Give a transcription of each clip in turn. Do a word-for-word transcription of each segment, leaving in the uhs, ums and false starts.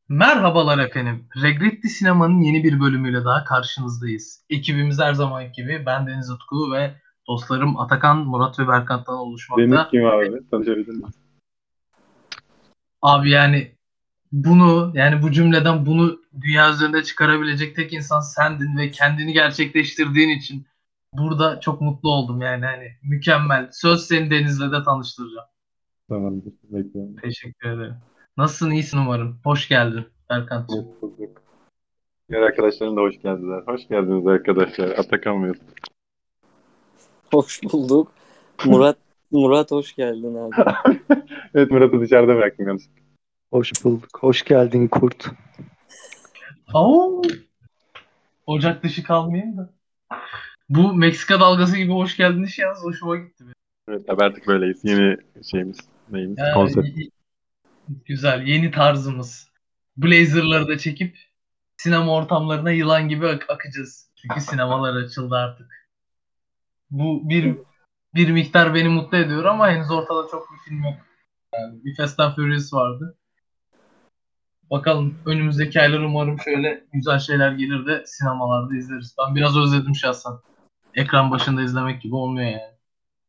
Merhabalar efendim. Regretli Sinema'nın yeni bir bölümüyle daha karşınızdayız. Ekibimiz her zamanki gibi ben Deniz Utku ve dostlarım Atakan, Murat ve Berkant'tan Deniz oluşmakta. kim abi? Tanışabilir miyiz? Abi yani bunu yani bu cümleden bunu dünya üzerinde çıkarabilecek tek insan sendin ve kendini gerçekleştirdiğin için burada çok mutlu oldum yani hani mükemmel. Söz seni Deniz'le de tanıştıracağım. Tamamdır. Bekliyorum. Teşekkür ederim. Nasılsın? İyisin umarım. Hoş geldin Berkant'cığım. Hoş bulduk. Diğer arkadaşlarım da hoş geldiler. Hoş geldiniz arkadaşlar. Atakan Mesut. Hoş bulduk. Murat Murat hoş geldin abi. Evet, Murat'ı dışarıda bıraktım yalnız. Hoş bulduk. Hoş geldin kurt. Oo, ocak dışı kalmayayım da. Bu Meksika dalgası gibi hoş geldin iş yalnız hoşuma gitti benim. Evet abi, artık böyleyiz. Yeni şeyimiz. Neyimiz? Ya, Konsept. y- güzel yeni tarzımız. Blazer'ları da çekip sinema ortamlarına yılan gibi ak- akacağız. Çünkü sinemalar açıldı artık. Bu bir bir miktar beni mutlu ediyor ama henüz ortada çok bir film yok. Yani bir Fast and Furious vardı. Bakalım önümüzdeki aylar umarım şöyle güzel şeyler gelir de sinemalarda izleriz. Ben biraz özledim şahsen. Ekran başında izlemek gibi olmuyor yani.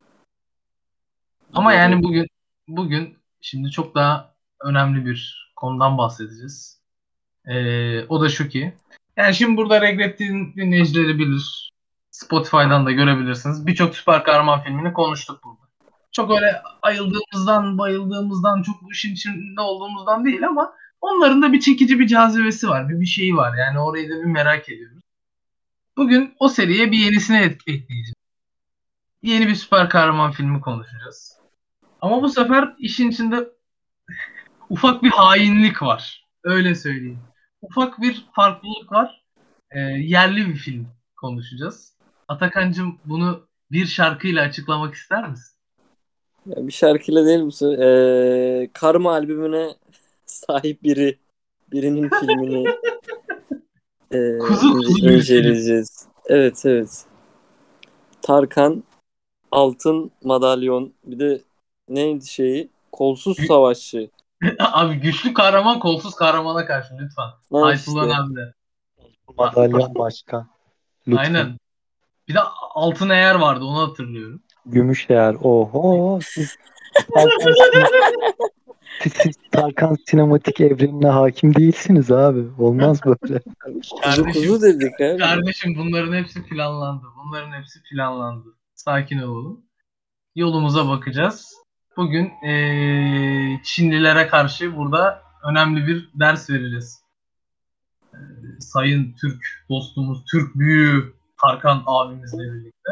Ama yani bugün bugün şimdi çok daha önemli bir konudan bahsedeceğiz. Ee, o da şu ki yani şimdi burada Regret'in dinleyicileri bilir. Spotify'dan da görebilirsiniz. Birçok süper kahraman filmini konuştuk burada. Çok öyle ayıldığımızdan, bayıldığımızdan, çok bu işin içinde olduğumuzdan değil ama onların da bir çekici bir cazibesi var. Bir bir şeyi var. Yani orayı da bir merak ediyoruz. Bugün o seriye bir yenisini et- ekleyeceğiz. Yeni bir süper kahraman filmi konuşacağız. Ama bu sefer işin içinde ufak bir hainlik var. Öyle söyleyeyim. Ufak bir farklılık var. Ee, yerli bir film konuşacağız. Atakan'cığım bunu bir şarkıyla açıklamak ister misin? Ya bir şarkıyla değil bu sefer. Ee, Karma albümüne sahip biri birinin filmini ee, Kuzu ince- kuzu bir film. inceleyeceğiz. Evet evet. Tarkan Altın Madalyon, bir de neydi şeyi? Kolsuz Gü- Savaşçı. Abi güçlü kahraman kolsuz kahramana karşı lütfen. Ha Aytullah işte. abi. A- Madalyon başkan. Lütfen. Aynen. Bir de Altın Eğer vardı onu hatırlıyorum. Gümüş eğer. Oho. Siz Tarkan, sin- siz, siz Tarkan sinematik evrenine hakim değilsiniz abi. Olmaz böyle. Kuzu Kardeşim, kuzu dedik abi. kardeşim bunların hepsi planlandı. Bunların hepsi planlandı. Sakin olun. Yolumuza bakacağız. Bugün eee, Çinlilere karşı burada önemli bir ders vereceğiz. Sayın Türk dostumuz, Türk büyüğü Tarkan abimizle birlikte.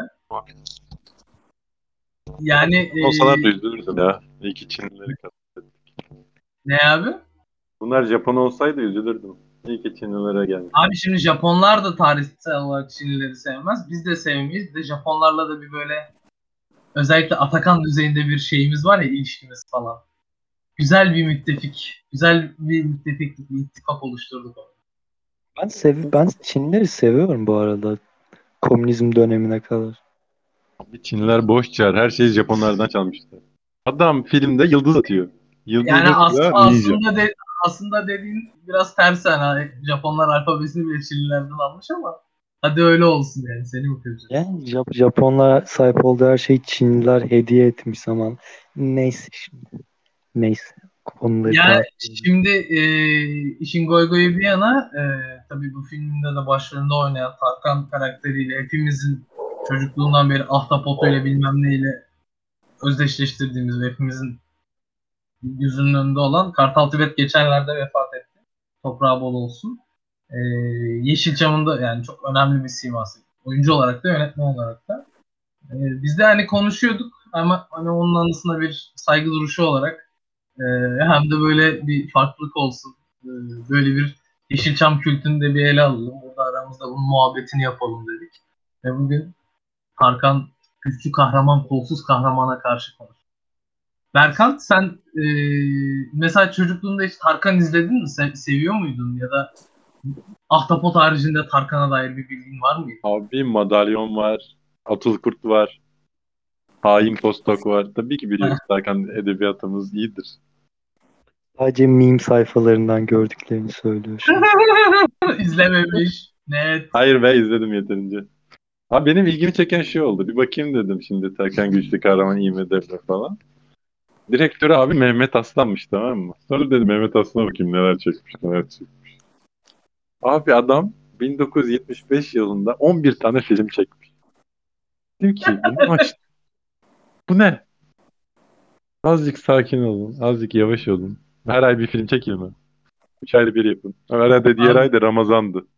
Yani Olsalar da eee, üzülürdüm ya. İyi ki Çinlileri kastettik. ne abi? Bunlar Japon olsaydı üzülürdüm. İyi ki Çinlilere gelmiş. Abi şimdi Japonlar da tarihsel olarak Çinlileri sevmez. Biz de sevmeyiz. Bir de Japonlarla da bir böyle özellikle Atakan düzeyinde bir şeyimiz var ya ilişkimiz falan. Güzel bir müttefik, güzel bir müttefiklik, bir ittifak oluşturduk orada. Ben sev ben Çinlileri seviyorum bu arada. Komünizm dönemine kadar. Abi Çinliler boş çağır. Her şeyi Japonlardan çalmışlar. Adam filmde yıldız atıyor. Yıldız Yani as mesela ninja. aslında de aslında dediğin biraz ters yani. Japonlar alfabesini bile Çinlilerden almış ama hadi öyle olsun yani. Seni mi kıracağız? Yani Jap- Japonlara sahip olduğu her şeyi Çinliler hediye etmiş zaman. Neyse şimdi. Neyse. Konuları Yani tartışıyoruz. şimdi e, işin goy goyu bir yana e, tabii bu filmde de başlarında oynayan Tarkan karakteriyle hepimizin çocukluğundan beri ahtapotuyla bilmem neyle özdeşleştirdiğimiz ve hepimizin gözünün önünde olan Kartal Tibet geçenlerde vefat etti. Toprağı bol olsun. Ee, Yeşilçam'ın da yani çok önemli bir siması. Oyuncu olarak da yönetmen olarak da. Ee, biz de hani konuşuyorduk ama hani onun anısına bir saygı duruşu olarak e, hem de böyle bir farklılık olsun. Ee, böyle bir Yeşilçam kültünü de bir ele alalım. Burada aramızda bunun muhabbetini yapalım dedik. Ve bugün Tarkan güçlü kahraman kolsuz kahramana karşı konuşuyor. Berkant sen e, mesela çocukluğunda hiç Tarkan izledin mi? Se- seviyor muydun? Ya da Ahtapot haricinde Tarkan'a dair bir bilgin var mıydı? Abi madalyon var. Atıl Kurt var. Hain Postok var. Tabii ki biliyoruz. Tarkan edebiyatımız iyidir. Sadece meme sayfalarından gördüklerini söylüyor şu an. İzlememiş. Net. Hayır be, izledim yeterince. Abi benim ilgimi çeken şey oldu. Bir bakayım dedim şimdi Tarkan Güçlü Kahraman IMDb'de falan. Direktörü abi Mehmet Aslan'mış, tamam mı? Sonra dedim Mehmet Aslan'a bakayım neler çekmiş neler çekmiş. Abi adam bin dokuz yüz yetmiş beş yılında on bir tane film çekmiş. Dedim ki bu ne aç- bu ne? Azıcık sakin olun. Azıcık yavaş olun. Her ay bir film çekilme. Üç ayda bir yapın. Herhalde diğer Abi, ay da Ramazan'dı.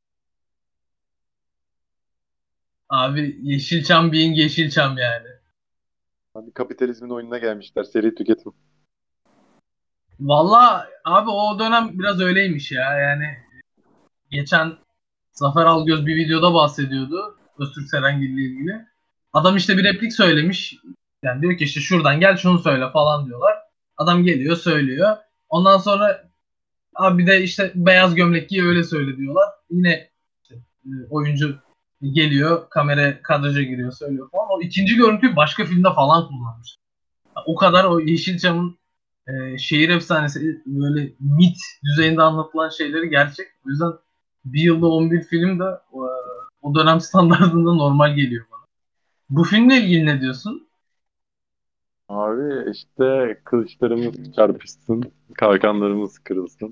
abi Yeşilçam being Yeşilçam yani. Abi kapitalizmin oyununa gelmişler. Seri tüketim. Valla abi o dönem biraz öyleymiş ya. Yani geçen Zafer Algöz bir videoda bahsediyordu Öztürk Serengil ile ilgili. Adam işte bir replik söylemiş. Yani diyor ki işte şuradan gel şunu söyle falan diyorlar. Adam geliyor söylüyor. Ondan sonra abi bir de işte beyaz gömlek giy öyle söyle diyorlar. Yine işte, e, oyuncu geliyor kamera kadraja giriyor söylüyor falan. O ikinci görüntüyü başka filmde falan kullanmış. O kadar o Yeşilçam'ın e, şehir efsanesi böyle mit düzeyinde anlatılan şeyleri gerçek. O yüzden bir yılda on bir film de e, o dönem standartında normal geliyor bana. Bu filmle ilgili ne diyorsun? Abi işte kılıçlarımız çarpışsın. Kalkanlarımız kırılsın.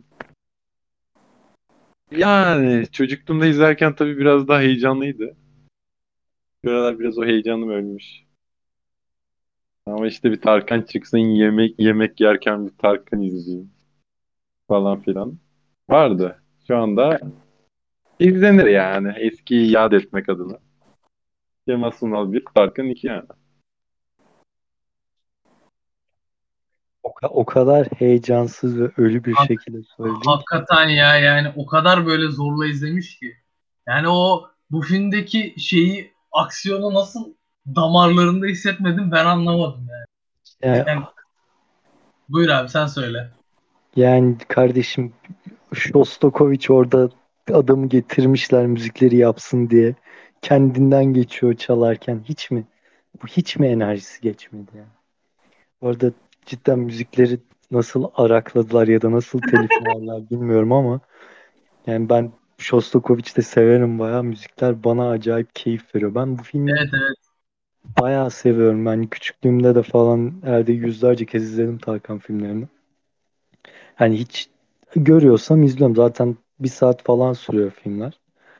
Yani çocukluğumda izlerken tabii biraz daha heyecanlıydı. Buralar biraz o heyecanım ölmüş. Ama işte bir Tarkan çıksın, yemek yemek yerken bir Tarkan izleyeyim falan filan. Vardı. Şu anda izlenir yani. Eskiyi yad etmek adına. Kemal Sunal bir, Tarkan iki yani. O, ka- o kadar heyecansız ve ölü bir Hak- şekilde söyledin ki. Hakikaten ya yani o kadar böyle zorla izlemiş ki. Yani o bu filmdeki şeyi aksiyonu nasıl damarlarında hissetmedim ben anlamadım yani. Yani, Yani buyur abi sen söyle. yani kardeşim Shostakovich orada adamı getirmişler müzikleri yapsın diye. Kendinden geçiyor çalarken. Hiç mi? Bu hiç mi enerjisi geçmedi yani? Orada cidden müzikleri nasıl arakladılar ya da nasıl telifini aldılar bilmiyorum ama yani ben Shostakovich'i de severim bayağı. Müzikler bana acayip keyif veriyor. Ben bu filmi Evet, evet. bayağı seviyorum. Ben küçüklüğümde de falan herhalde yüzlerce kez izledim Tarkan filmlerini. Hani hiç görüyorsam izliyorum. Zaten bir saat falan sürüyor filmler.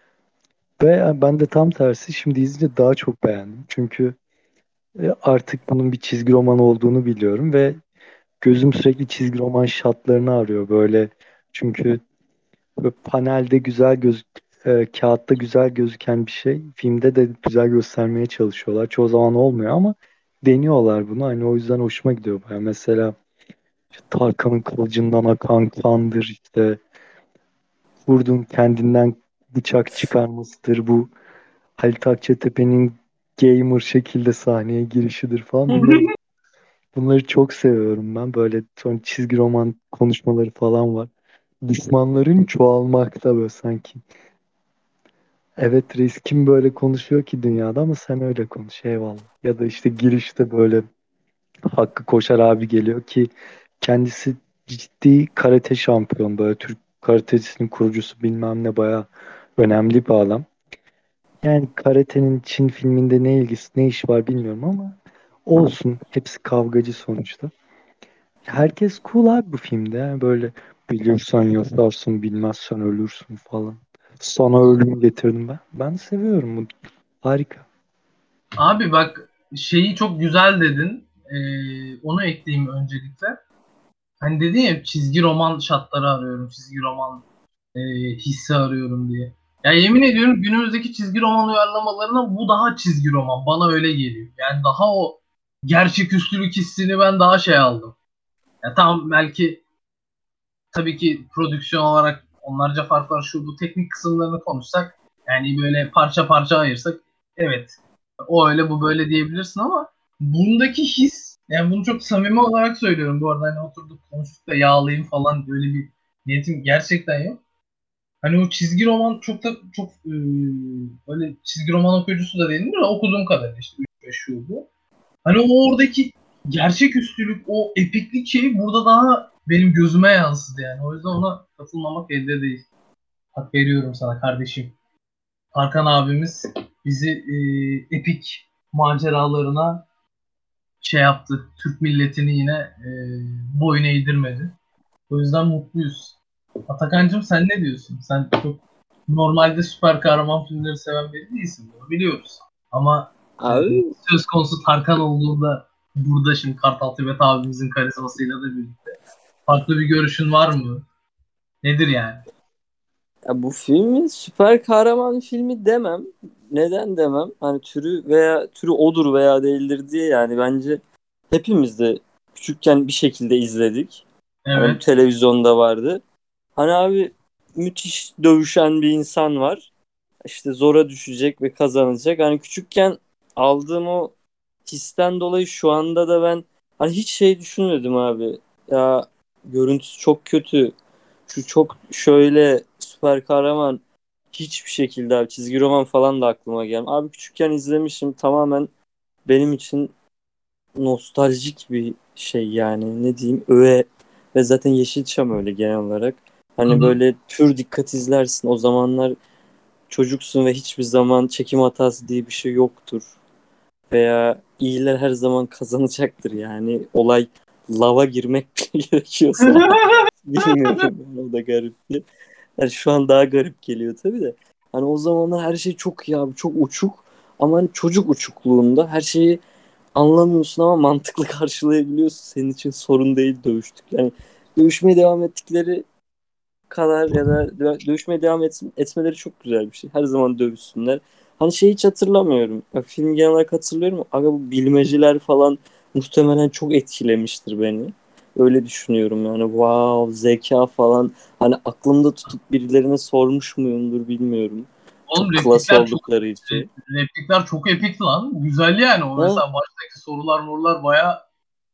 Ve ben de tam tersi şimdi izleyince daha çok beğendim. Çünkü e, artık bunun bir çizgi roman olduğunu biliyorum ve gözüm sürekli çizgi roman şartlarını arıyor böyle. Çünkü böyle panelde güzel göz e, kağıtta güzel gözüken bir şey filmde de güzel göstermeye çalışıyorlar. Çoğu zaman olmuyor ama deniyorlar bunu. Hani o yüzden hoşuma gidiyor baya. Mesela işte Tarkan'ın kılıcından akan kandır işte vurdun kendinden bıçak çıkarmasıdır bu Halit Akçatepe'nin gamer şekilde sahneye girişidir falan. Bunları bunları çok seviyorum ben. Böyle son çizgi roman konuşmaları falan var. Düşmanların çoğalmakta böyle sanki. Evet reis kim böyle konuşuyor ki dünyada ama sen öyle konuş eyvallah. Ya da işte girişte böyle Hakkı Koşar abi geliyor ki kendisi ciddi karate şampiyon böyle Türk karatesinin kurucusu bilmem ne baya önemli bir adam. Yani karatenin Çin filminde ne ilgisi ne iş var bilmiyorum ama olsun hepsi kavgacı sonuçta. Herkes cool abi bu filmde yani böyle biliyorsan yasarsın bilmezsen ölürsün falan. Sana ölüm getirdim ben. Ben seviyorum bunu. Harika. Abi bak şeyi çok güzel dedin. Ee, onu ekleyeyim öncelikle. Hani dedin ya çizgi roman şartları arıyorum. Çizgi roman e, hissi arıyorum diye. Ya yemin ediyorum günümüzdeki çizgi roman uyarlamalarına bu daha çizgi roman. Bana öyle geliyor. Yani daha o gerçeküstülük hissini ben daha şey aldım. Ya tamam belki tabii ki prodüksiyon olarak onlarca fark var şu bu teknik kısımlarını konuşsak yani böyle parça parça ayırsak evet o öyle bu böyle diyebilirsin ama bundaki his yani bunu çok samimi olarak söylüyorum bu arada hani oturduk konuştuk da yağlayayım falan böyle bir niyetim gerçekten yok. Hani o çizgi roman çok da çok e, böyle çizgi roman okuyucusu da değilim de okuduğum kadarıyla işte üç beş şu bu. Hani o oradaki gerçeküstülük, o epiklik şeyi burada daha benim gözüme yansıdı yani. O yüzden ona katılmamak elde değil. Hak veriyorum sana kardeşim. Tarkan abimiz bizi e, epik maceralarına şey yaptı. Türk milletini yine e, boyun eğdirmedi. O yüzden mutluyuz. Atakan'cığım sen ne diyorsun? Sen çok normalde süper kahraman filmleri seven biri değilsin. Bunu biliyoruz. Ama e, Abi söz konusu Tarkan olduğunda burada şimdi Kartal Tibet abimizin karizmasıyla da birlikte farklı bir görüşün var mı? Nedir yani? ya bu filmi süper kahraman filmi demem. Neden demem? Hani türü veya türü odur veya değildir diye yani bence hepimiz de küçükken bir şekilde izledik. Hani bu Evet. televizyonda vardı. Hani abi müthiş dövüşen bir insan var. İşte zora düşecek ve kazanacak. Hani küçükken aldığım o histen dolayı şu anda da ben hani hiç şey düşünmedim abi. Ya görüntüsü çok kötü. Şu çok şöyle süper kahraman hiçbir şekilde abi çizgi roman falan da aklıma gelmiyor. Abi küçükken izlemişim tamamen benim için nostaljik bir şey yani ne diyeyim öğe ve zaten Yeşilçam öyle genel olarak. Hı Hani hı. böyle pür dikkat izlersin o zamanlar çocuksun ve hiçbir zaman çekim hatası diye bir şey yoktur. Veya iyiler her zaman kazanacaktır yani. Olay lava girmek gerekiyorsa bilmiyorum. Yani o da garip. Yani şu an daha garip geliyor tabii de. Hani o zamanlar her şey çok iyi abi. Çok uçuk. Ama hani çocuk uçukluğunda her şeyi anlamıyorsun ama mantıklı karşılayabiliyorsun. Senin için sorun değil dövüştük. Yani dövüşmeye devam ettikleri kadar ya da dö- dövüşmeye devam et- etmeleri çok güzel bir şey. Her zaman dövüşsünler. Hani şeyi hiç hatırlamıyorum. Ya, film genel olarak hatırlıyorum. Aga bu bilmeceler falan muhtemelen çok etkilemiştir beni. Öyle düşünüyorum yani. Wow, zeka falan. Hani aklımda tutup birilerine sormuş muyumdur bilmiyorum. Oğlum Çok klas replikler çok oldukları için. replikler çok epikti lan. Güzel yani o Ha, mesela baştaki sorular morular baya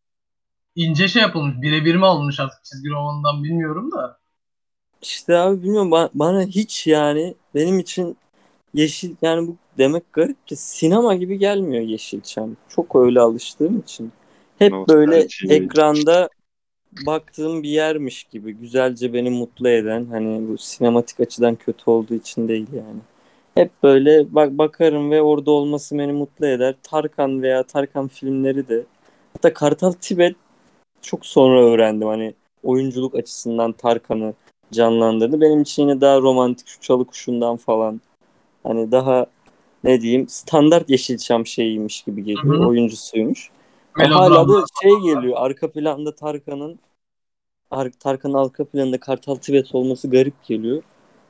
ince şey yapılmış. Birebir mi alınmış artık çizgi romanından bilmiyorum da. işte abi bilmiyorum bana, bana hiç yani benim için Yeşil yani bu demek garip ki sinema gibi gelmiyor Yeşilçam. Çok öyle alıştığım için. Hep böyle Nostalji. ekranda baktığım bir yermiş gibi güzelce beni mutlu eden hani bu sinematik açıdan kötü olduğu için değil yani. Hep böyle bak bakarım ve orada olması beni mutlu eder. Tarkan veya Tarkan filmleri de hatta Kartal Tibet çok sonra öğrendim hani oyunculuk açısından Tarkan'ı canlandırdı. Benim için yine daha romantik şu Çalı Kuşu'ndan falan hani daha ne diyeyim standart Yeşilçam şeyiymiş gibi Hı geliyor. hı. Oyuncusuymuş. Ha, hala da Melodramlar. şey geliyor. Arka planda Tarkan'ın Ar- Tarkan'ın arka planında Kartal Tibet olması garip geliyor.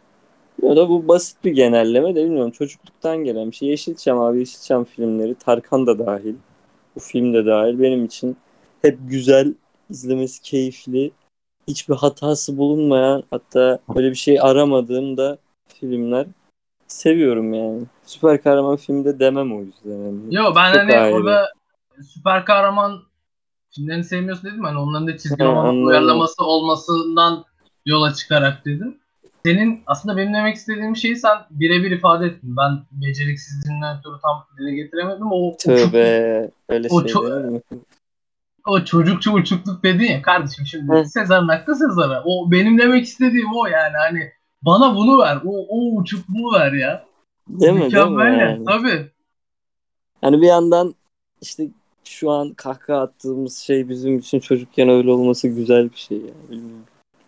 Ya da bu basit bir genelleme de bilmiyorum. Çocukluktan gelen bir şey. Yeşilçam abi Yeşilçam filmleri Tarkan da dahil. Bu film de dahil. Benim için hep güzel, izlemesi keyifli. Hiçbir hatası bulunmayan hatta böyle bir şey aramadığım da filmler. Seviyorum yani. Süper kahraman filmi de demem o yüzden. Yani. Yo ben Çok hani ayrı. orada süper kahraman filmlerini sevmiyorsun dedim. Hani onların da çizgi He, roman anladım. uyarlaması olmasından yola çıkarak dedim. Senin aslında benim demek istediğim şeyi sen birebir ifade ettin. Ben beceriksizliğinden ötürü tam dile getiremedim. O uçukluk, Tövbe. Öyle o, şey ço- denir mi? o çocukça uçukluk dedin ya kardeşim şimdi Heh, Sezar'ın hakkı Sezar'a. O benim demek istediğim o yani hani bana bunu ver. O, o uçukluğu ver ya. değil mi değil mi Mükemmel ya. yani? Tabii. Hani bir yandan işte şu an kahkaha attığımız şey bizim için çocukken öyle olması güzel bir şey ya. Bilmiyorum.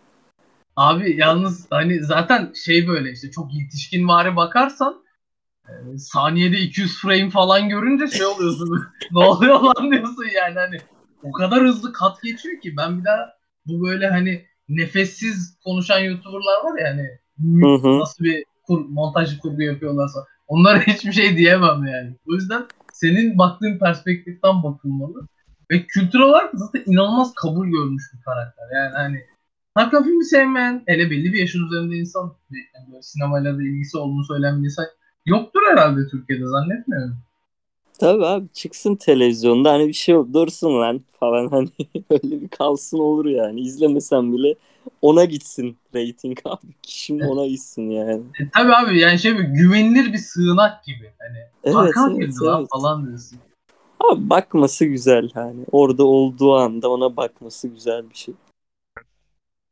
Abi yalnız hani zaten şey böyle işte çok yetişkinvari bakarsan saniyede iki yüz frame falan görünce şey oluyorsun. Ne oluyor lan diyorsun yani hani o kadar hızlı kat geçiyor ki ben bir daha bu böyle hani nefessiz konuşan YouTuber'lar var ya hani Hı hı. nasıl bir kur, montaj kurgu yapıyorlarsa onlara hiçbir şey diyemem yani. O yüzden senin baktığın perspektiften bakılmalı. Ve kültür olarak da zaten inanılmaz kabul görmüş bir karakter. Yani hani Tarkan filmi sevmeyen, hele belli bir yaşın üzerinde insan, yani böyle sinemayla da ilgisi olduğunu söyleyen bir insan yoktur herhalde Türkiye'de zannetmiyorum. Tabii abi çıksın televizyonda hani bir şey yok dursun lan falan hani öyle bir kalsın olur yani. İzlemesen bile ona gitsin rating abi. Kişinin ona gitsin yani. E, tabii abi yani şey böyle güvenilir bir sığınak gibi. Hani Evet Tarkan evet girdi lan evet. falan diyorsun. Abi bakması güzel hani. Orada olduğu anda ona bakması güzel bir şey.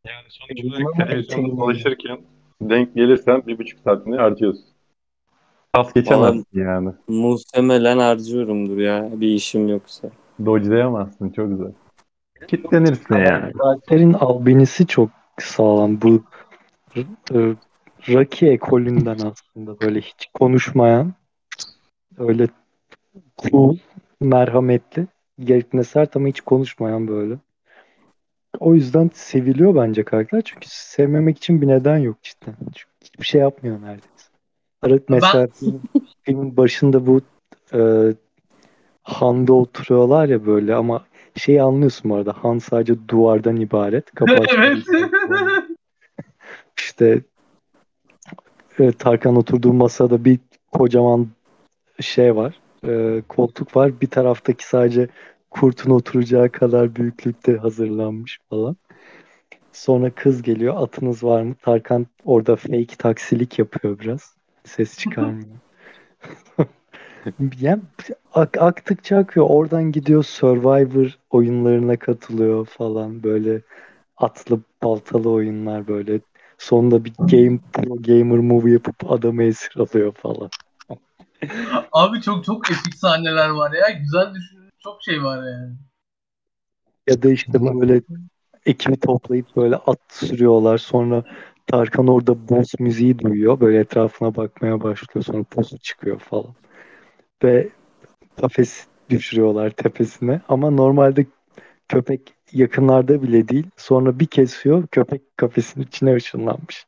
Yani sonuç Bunlar olarak mı televizyonda entertainment? dolaşırken denk gelirsen bir buçuk saatini harcıyorsun. Pas Valla geçemezsin yani. muhtemelen harcıyorumdur ya bir işim yoksa. Dodge'layamazsın, çok güzel. Kitlenirsin yani. Karakterin albinisi çok sağlam. Bu e, Rocky ekolünden aslında böyle hiç konuşmayan, öyle cool, merhametli, gerektiğinde sert ama hiç konuşmayan böyle. O yüzden seviliyor bence karakter. Çünkü sevmemek için bir neden yok cidden. Çünkü hiçbir şey yapmıyor neredeyse. Arada Ben mesela film- filmin başında bu e, Han'da oturuyorlar ya böyle ama şeyi anlıyorsun bu arada. Han sadece duvardan ibaret. Kapı açılıyor. evet. İşte e, Tarkan oturduğu masada bir kocaman şey var. E, koltuk var. Bir taraftaki sadece kurtun oturacağı kadar büyüklükte hazırlanmış falan. Sonra kız geliyor. Atınız var mı? Tarkan orada fake taksilik yapıyor biraz. Ses çıkarmıyor. Yani ak aktıkça akıyor. Oradan gidiyor Survivor oyunlarına katılıyor falan. Böyle atlı baltalı oyunlar böyle. Sonunda bir game pro gamer movie yapıp adamı esir alıyor falan. Abi çok çok epik sahneler var ya. Güzel düşünülmüş çok şey var yani. Ya da işte böyle ekibi toplayıp böyle at sürüyorlar. Sonra Tarkan orada boss müziği duyuyor. Böyle etrafına bakmaya başlıyor. Sonra postu çıkıyor falan. Ve kafes düşürüyorlar tepesine. Ama normalde köpek yakınlarda bile değil. Sonra bir kesiyor. Köpek kafesin içine ışınlanmış.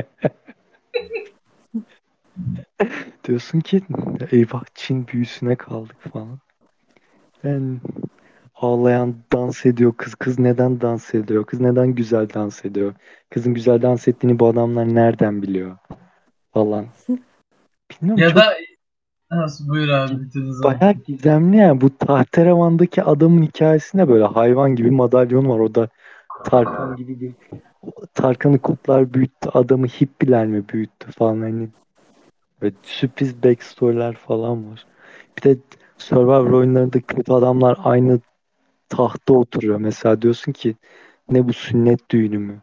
Diyorsun ki eyvah Çin büyüsüne kaldık falan. Ben ağlayan dans ediyor kız. Kız neden dans ediyor? Kız neden güzel dans ediyor? Kızın güzel dans ettiğini bu adamlar nereden biliyor? Falan. Bilmiyorum Ya çok da ha, buyur abi bitirin zaman. bayağı gizemli yani. Bu Tahterevan'daki adamın hikayesinde böyle hayvan gibi madalyon var. O da Tarkan gibi bir Tarkan'ı kurtlar büyüttü. Adamı hippiler mi büyüttü falan hani. Böyle sürpriz backstory'ler falan var. Bir de Survivor oyunlarında kötü adamlar aynı tahta oturuyor. Mesela diyorsun ki ne bu sünnet düğünü mü?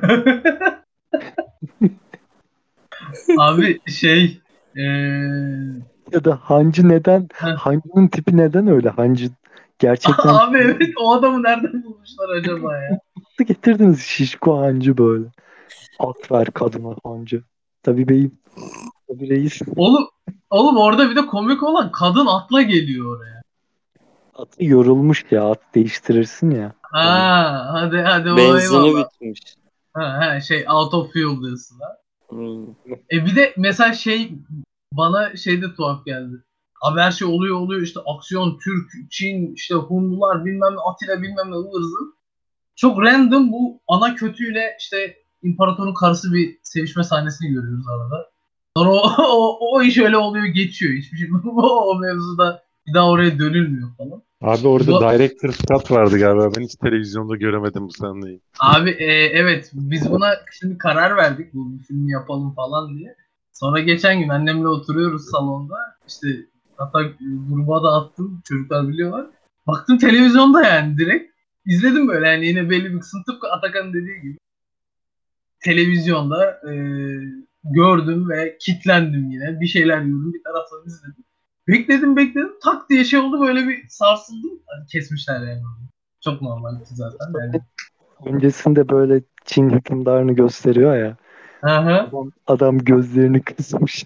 Abi şey eee Ya da hancı neden, heh. hancının tipi neden öyle? Hancı gerçekten Abi evet o adamı nereden bulmuşlar acaba ya? nasıl getirdiniz şişko hancı böyle? At ver kadına hancı. Tabii beyim, tabii reis. Oğlum oğlum orada bir de komik olan kadın atla geliyor oraya. Atı yorulmuş ya, at değiştirirsin ya. Onu. Ha hadi hadi o Benzini eyvallah. bitmiş. Ha, ha, şey out of fuel diyorsun ha. Hmm. E bir de mesela şey bana şey de tuhaf geldi. Abi her şey oluyor oluyor işte aksiyon Türk, Çin, işte Hunlular bilmem ne Atilla bilmem ne ıvır zıvır. Çok random bu ana kötüyle işte imparatorun karısı bir sevişme sahnesini görüyoruz arada. Sonra o, o, o iş öyle oluyor geçiyor. Hiçbir şey o, o mevzuda bir daha oraya dönülmüyor falan. Abi orada Bu Director Scott vardı galiba. Ben hiç televizyonda göremedim bu sahneyi. abi e, evet biz buna şimdi karar verdik bu filmi yapalım falan diye. Sonra geçen gün annemle oturuyoruz salonda. İşte hatta e, gruba da attım çocuklar biliyorlar. Baktım televizyonda yani direkt. İzledim böyle yani yine belli bir kısım tıpkı Atakan'ın dediği gibi. Televizyonda e, gördüm ve kitlendim yine. Bir şeyler yiyordum bir taraftan izledim. Bekledim bekledim tak diye şey oldu böyle bir sarsıldım. Hani kesmişler yani. Çok normal zaten yani. Öncesinde böyle Çin hükümdarını gösteriyor ya. Aha. Adam, adam gözlerini kısmış.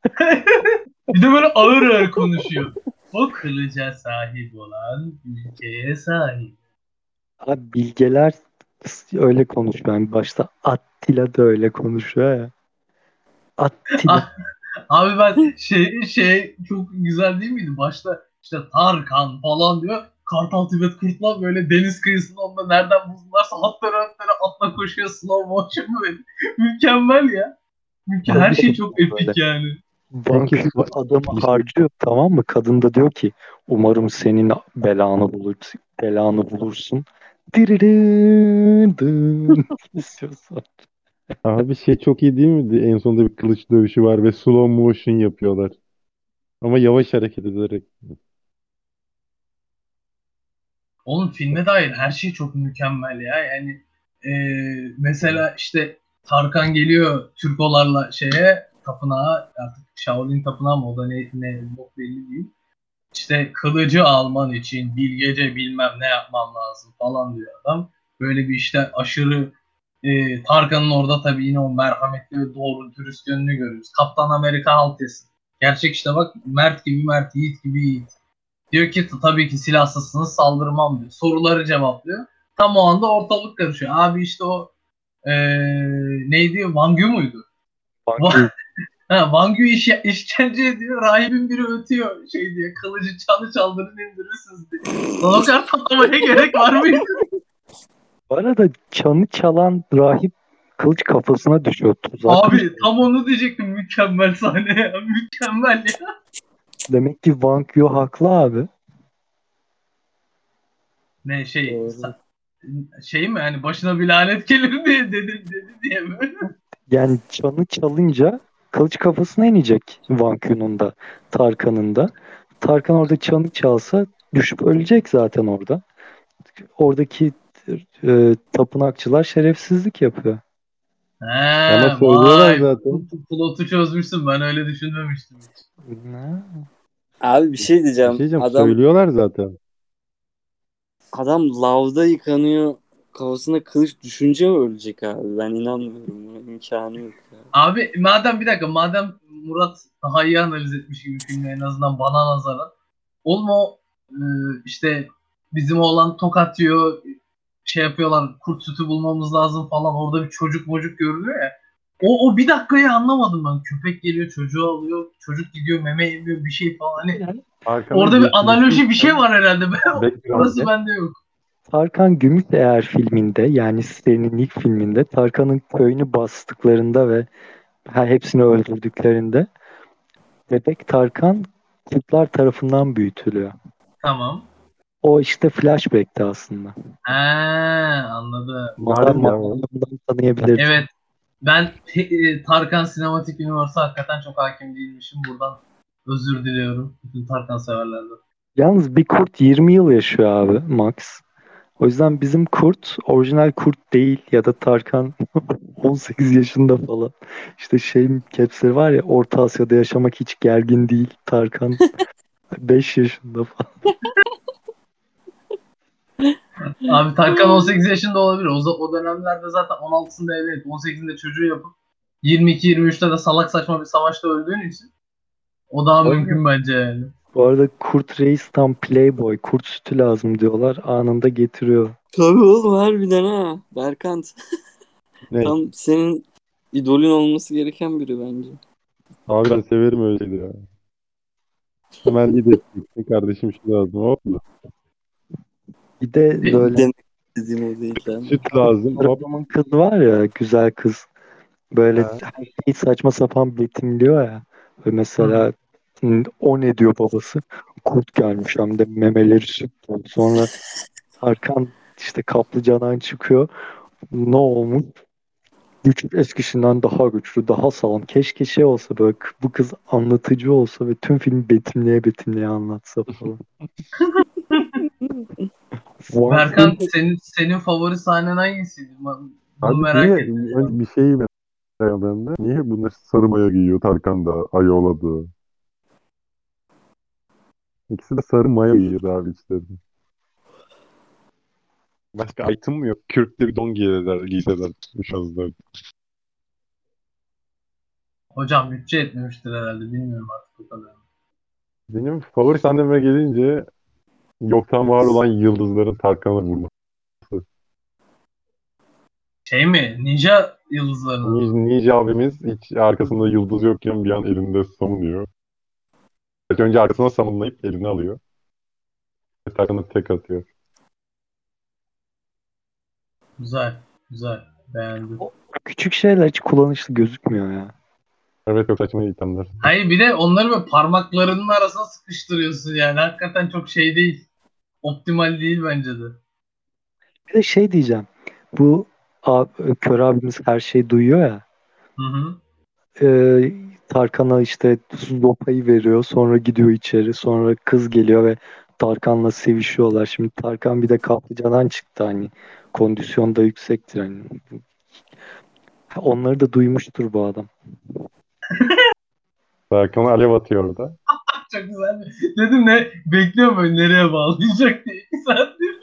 Bir de böyle ağır ağır konuşuyor. O kılıca sahip olan ülkeye sahip. Abi bilgeler öyle konuşuyor. Yani başta Attila da öyle konuşuyor ya. Attila. Ah, abi ben şey şey çok güzel değil miydi? Başta işte Tarkan falan diyor. Kartal Tibet Kurtlar böyle deniz kıyısında onunla nereden buldularsa hatları hatları atla koşuyor slow motion böyle. Mükemmel ya. Mükemmel. Her Şey şey çok yapıyor böyle. epik yani. Peki Bankacı bu- adamı bir şey harcıyor tamam mı? Kadın da diyor ki umarım senin belanı bulur, belanı bulursun. Diririn. İstiyorsan. Abi şey çok iyi değil miydi? En sonunda bir kılıç dövüşü var ve slow motion yapıyorlar. Ama yavaş hareket ederek. Oğlum filme dair her şey çok mükemmel ya. Yani e, mesela işte Tarkan geliyor Türkolarla şeye tapınağa, artık Shaolin tapınağı mı o da ne, ne yok belli değil. İşte kılıcı alman için bir gece bilmem ne yapman lazım falan diyor adam. Böyle bir işte aşırı e, Tarkan'ın orada tabii yine o merhametli ve doğru dürüst yönünü görüyoruz. Kaptan Amerika haltesi. Gerçek işte bak, Mert gibi Mert, Yiğit gibi Yiğit. Diyor ki tabii ki silahsızsınız, saldırmam diyor. Soruları cevaplıyor. Tam o anda ortalık karışıyor. Abi işte o e, neydi? Wang Yu muydu? Bak, Ha, Van Gogh iş, işkence ediyor. Rahibin biri ötüyor şey diye. Kılıcı çanı çaldırın indirirsiniz diye. Lan o kadar patlamaya gerek var mıydı? bu arada çanı çalan rahip kılıç kafasına düşüyor. Tuzak mı? Abi tam onu diyecektim. Mükemmel sahne ya. Mükemmel ya. Demek ki Wang Yu haklı abi. Ne şey Doğru. şey mi yani başına bir lanet gelir diye dedi, dedi diye mi? Yani çanı çalınca kılıç kafasına inecek Wang Yu'nun da Tarkan'ın da. Tarkan orada çanı çalsa düşüp ölecek zaten orada. Oradaki e, tapınakçılar şerefsizlik yapıyor. He, Ama söylüyorlar vay. zaten. Plotu çözmüşsün. Ben öyle düşünmemiştim hiç. Ne? Abi bir şey Bir şey diyeceğim. diyeceğim, Adam söylüyorlar zaten. adam lavda yıkanıyor. Kafasına kılıç düşünce mi ölecek abi? Ben inanmıyorum. Buna imkanı yok ya. Abi madem bir dakika madem Murat daha iyi analiz etmiş gibi filmi en azından bana nazaran. Oğlum o e, işte bizim oğlan tokat yiyor, şey yapıyorlar, kurt sütü bulmamız lazım falan, orada bir çocuk mocuk görülüyor ya. O, o bir dakikayı anlamadım ben. Köpek geliyor çocuğu alıyor, çocuk gidiyor meme yemiyor bir şey falan. Hani Arkanın orada bir geçmişi analoji bir şey için var herhalde. Orası background'de. bende yok. Tarkan Gümüşeğer filminde, yani serinin ilk filminde, Tarkan'ın köyünü bastıklarında ve her hepsini öldürdüklerinde bebek Tarkan kurtlar tarafından büyütülüyor. Tamam. O işte flashback'ti aslında. He, anladım. Modern Narin ya o. Mahallesi'nden tanıyabiliriz. Evet. Ben e, Tarkan Sinematik Universe'a hakikaten çok hakim değilmişim. Buradan özür diliyorum bütün Tarkan severlerden. Yalnız bir kurt yirmi yıl yaşıyor abi max. O yüzden bizim kurt orijinal kurt değil ya da Tarkan on sekiz yaşında falan. İşte şey capsleri var ya, Orta Asya'da yaşamak hiç gergin değil. Tarkan beş yaşında falan. Abi Tarkan on sekiz yaşında olabilir. O, o dönemlerde zaten on altısında evlenip on sekizinde çocuğu yapıp yirmi iki yirmi üçte de salak saçma bir savaşta öldüğün için o daha Bu arada, mümkün bence yani. bu arada Kurt Reis tam playboy. Kurt sütü lazım diyorlar. Anında getiriyor. Tabii oğlum harbiden ha. Berkant. Ne? Tam senin idolün olması gereken biri bence. Abi ben severim öyle şeyleri ya. Hemen iyi destekli kardeşim şu lazım. Hop mu? Bir de Bir- böyle Demek istediğim o değil yani. Süt lazım. Hop. adamın kız var ya, güzel kız. Böyle Ha. her şeyi saçma sapan betimliyor ya. Ve Hı. mesela "Hı, o ne diyor babası? Kurt gelmiş hem de memeleri süt dolu." Sonra Tarkan işte kaplıcadan çıkıyor. Ne olmuş? Güç eskisinden daha güçlü, daha sağlam. Keşke şey olsa, böyle bu kız anlatıcı olsa ve tüm film betimleye betimleye anlatsa falan. One Berkan Piece senin senin favori sahnen hangisiydi? Ben- Bunu Abi merak niye ettim. öyle bir şey mi bende? Niye bunlar sarı maya giyiyor Tarkan da Ayola'da? İkisi de sarı maya giyiyor abi içlerinde. Başka item mı yok? Kürkte bir don giyseler, giyseler bu şazlar. Hocam bütçe etmemiştir herhalde. Bilmiyorum artık o kadar. Benim favori sahneme gelince yoktan var olan yıldızların Tarkan'a vurması. Şey mi? Ninja yıldızlarını. Ni- Ninja abimiz hiç arkasında yıldız yokken bir an elinde savunuyor. İlk önce arkasına savunmayıp eline alıyor. Ve Tarkan'a tek atıyor. Güzel. Güzel. Beğendim. küçük şeyler hiç kullanışlı gözükmüyor ya. Evet, çok saçma itemler. Hayır bir de onları böyle parmaklarının arasına sıkıştırıyorsun yani. Hakikaten çok şey değil. Optimal değil bence de. Bir de şey diyeceğim. Bu ab- Kör abimiz her şeyi duyuyor ya. Hı hı. e, Tarkan'a işte sopayı veriyor. Sonra gidiyor içeri. Sonra kız geliyor ve Tarkan'la sevişiyorlar. Şimdi Tarkan bir de kaplıcadan çıktı hani. kondisyon da yüksektir. Hani. Onları da duymuştur bu adam. Tarkan'a alev atıyor orada. Çok güzel. Dedim ne bekliyorum böyle nereye bağlayacak diye. İki saattir.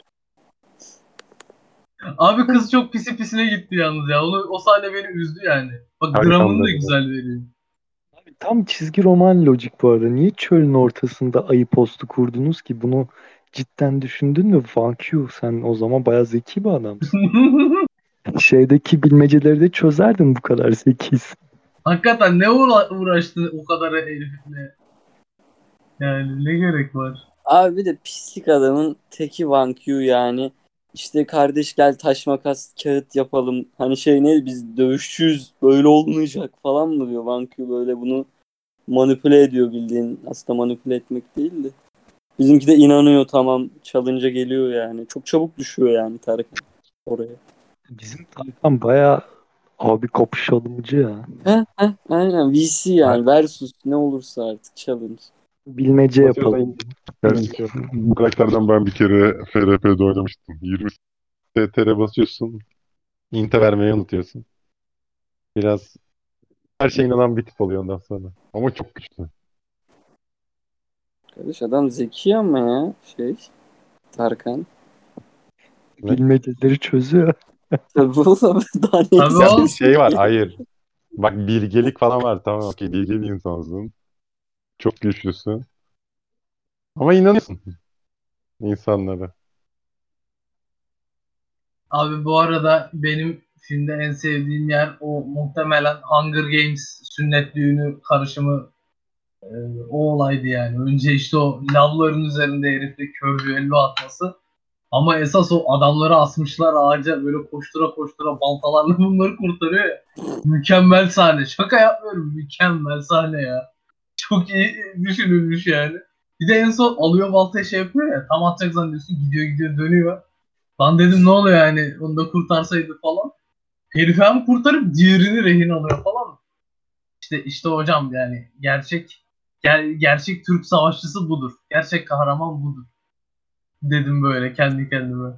Abi kız çok pisi pisine gitti yalnız ya. Onu, o sahne beni üzdü yani. Bak Tarkan dramını da da öyle. güzel veriyor. Tam çizgi roman lojik bu arada. Niye çölün ortasında ayı postu kurdunuz ki? Bunu cidden düşündün mü? Van Q, sen o zaman bayağı zeki bir adamsın. Şeydeki bilmeceleri de çözerdin bu kadar zekisin. Hakikaten ne uğra- uğraştı o kadar herifle. Yani ne gerek var? Abi bir de pislik adamın teki Van Q yani. İşte kardeş gel taş makas kağıt yapalım. Hani şey ne biz dövüşçüyüz böyle olmayacak falan mı diyor Van Q böyle bunu manipüle ediyor bildiğin. Aslında manipüle etmek değil de. Bizimki de inanıyor tamam çalınca geliyor yani. Çok çabuk düşüyor yani Tarık oraya. Bizim Tarkan bayağı abi kapışalımcı ya. Heh, heh, aynen V C yani versus ne olursa artık challenge. Bilmece yapalım. Yani bu karakterden ben bir kere F R P'de oynamıştım. yirmi S T R basıyorsun. Inte vermeyi unutuyorsun. Biraz her şeye inanan bir tip oluyor ondan sonra. Ama çok güçlü. Kardeş adam zeki ama ya şey Tarkan. Ne? Bilmeceleri çözüyor. Tabii oğlum daha ne Tabii Ya bir oğlum. istiyorsun şey var. ki? Hayır. Bak bilgelik falan var. Tamam okey. Bilge bir insansın. Çok güçlüsün. Ama inanıyorsun insanlara. Abi bu arada benim filmde en sevdiğim yer o muhtemelen Hunger Games sünnet düğünü karışımı e, o olaydı yani. Önce işte o lavların üzerinde herifle kör düello atması. Ama esas o adamları asmışlar ağaca böyle koştura koştura baltalarla bunları kurtarıyor ya. Mükemmel sahne. Şaka yapmıyorum. Mükemmel sahne ya. Çok iyi düşünülmüş yani. Bir de en son alıyor baltayı şey yapıyor ya. Tam atacak zannediyorsun. Gidiyor gidiyor dönüyor. Lan dedim ne oluyor yani. Onu da kurtarsaydı falan. Herifi hem kurtarıp diğerini rehin alıyor falan. İşte işte hocam yani gerçek ger- gerçek Türk savaşçısı budur. Gerçek kahraman budur. Dedim böyle kendi kendime.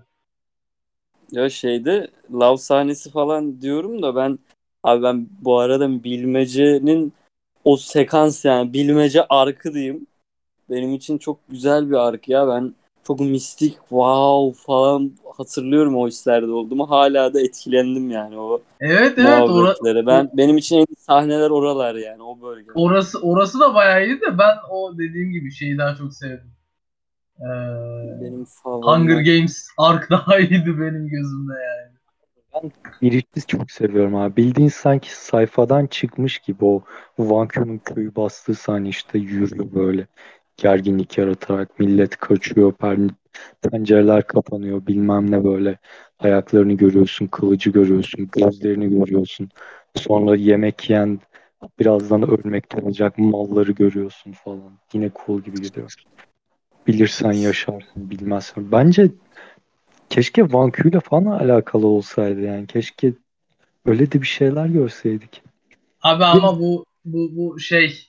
Ya şeyde lav sahnesi falan diyorum da ben abi ben bu arada bilmecenin o sekans yani bilmece arkı diyeyim. Benim için çok güzel bir ark ya. Ben çok mistik wow falan hatırlıyorum o hislerde olduğumu. Hala da etkilendim yani o Evet evet ora- muhabbetlere. o- Ben benim için en iyi sahneler oralar yani o bölge. orası orası da bayağı iyiydi de ben o dediğim gibi şeyi daha çok sevdim. Ee, Benim Hunger favoriler. Games ark daha iyiydi benim gözümde yani. Ben Birinci'yi çok seviyorum abi. Bildiğin sanki sayfadan çıkmış gibi o Vanku'nun köyü bastığı sahne işte yürüyor böyle. Gerginlik yaratarak millet kaçıyor, per- pencereler kapanıyor bilmem ne böyle. Ayaklarını görüyorsun, kılıcı görüyorsun, gözlerini görüyorsun. Sonra yemek yiyen birazdan ölmekte olacak malları görüyorsun falan. Yine cool gibi gidiyor. Bilirsen yaşarsın, bilmezsen. Bence keşke Van Q'yla falan alakalı olsaydı yani. Keşke öyle de bir şeyler görseydik. Abi Bir de ama bu bu bu şey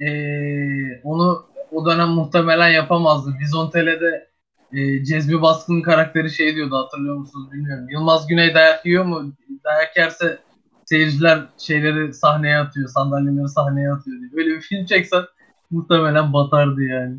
ee, onu o dönem muhtemelen yapamazdı. Vizontele'de ee, Cezmi Baskın'ın karakteri şey diyordu hatırlıyor musunuz bilmiyorum. Yılmaz Güney dayak yiyor mu? Dayak yerse seyirciler şeyleri sahneye atıyor, sandalyeleri sahneye atıyor diye. Böyle bir film çeksen muhtemelen batardı yani.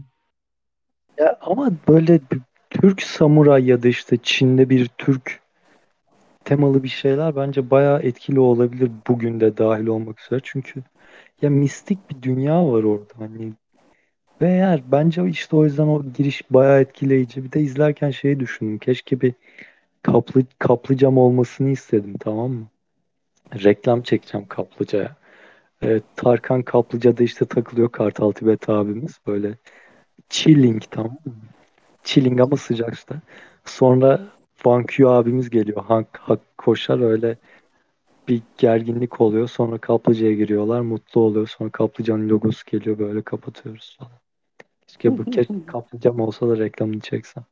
ya ama böyle bir Türk samuray ya da işte Çin'de bir Türk temalı bir şeyler bence bayağı etkili olabilir bugün de dahil olmak üzere. Çünkü ya mistik bir dünya var orada hani ve eğer bence işte o yüzden o giriş bayağı etkileyici. Bir de izlerken şeyi düşündüm. Keşke bir kaplı kaplıcam olmasını istedim, tamam mı? Reklam çekeceğim kaplıcaya. Evet, Tarkan Kaplıca'da işte takılıyor Kartal Tibet abimiz. Böyle chilling, tamam mı? Chilling ama sıcak işte. Sonra Van Q abimiz geliyor. Hank, Hak koşar öyle bir gerginlik oluyor. Sonra Kaplıca'ya giriyorlar. Mutlu oluyor. Sonra Kaplıca'nın logosu geliyor. Böyle kapatıyoruz falan. Keşke bu keşke Kaplıca'm olsa da reklamını çeksem.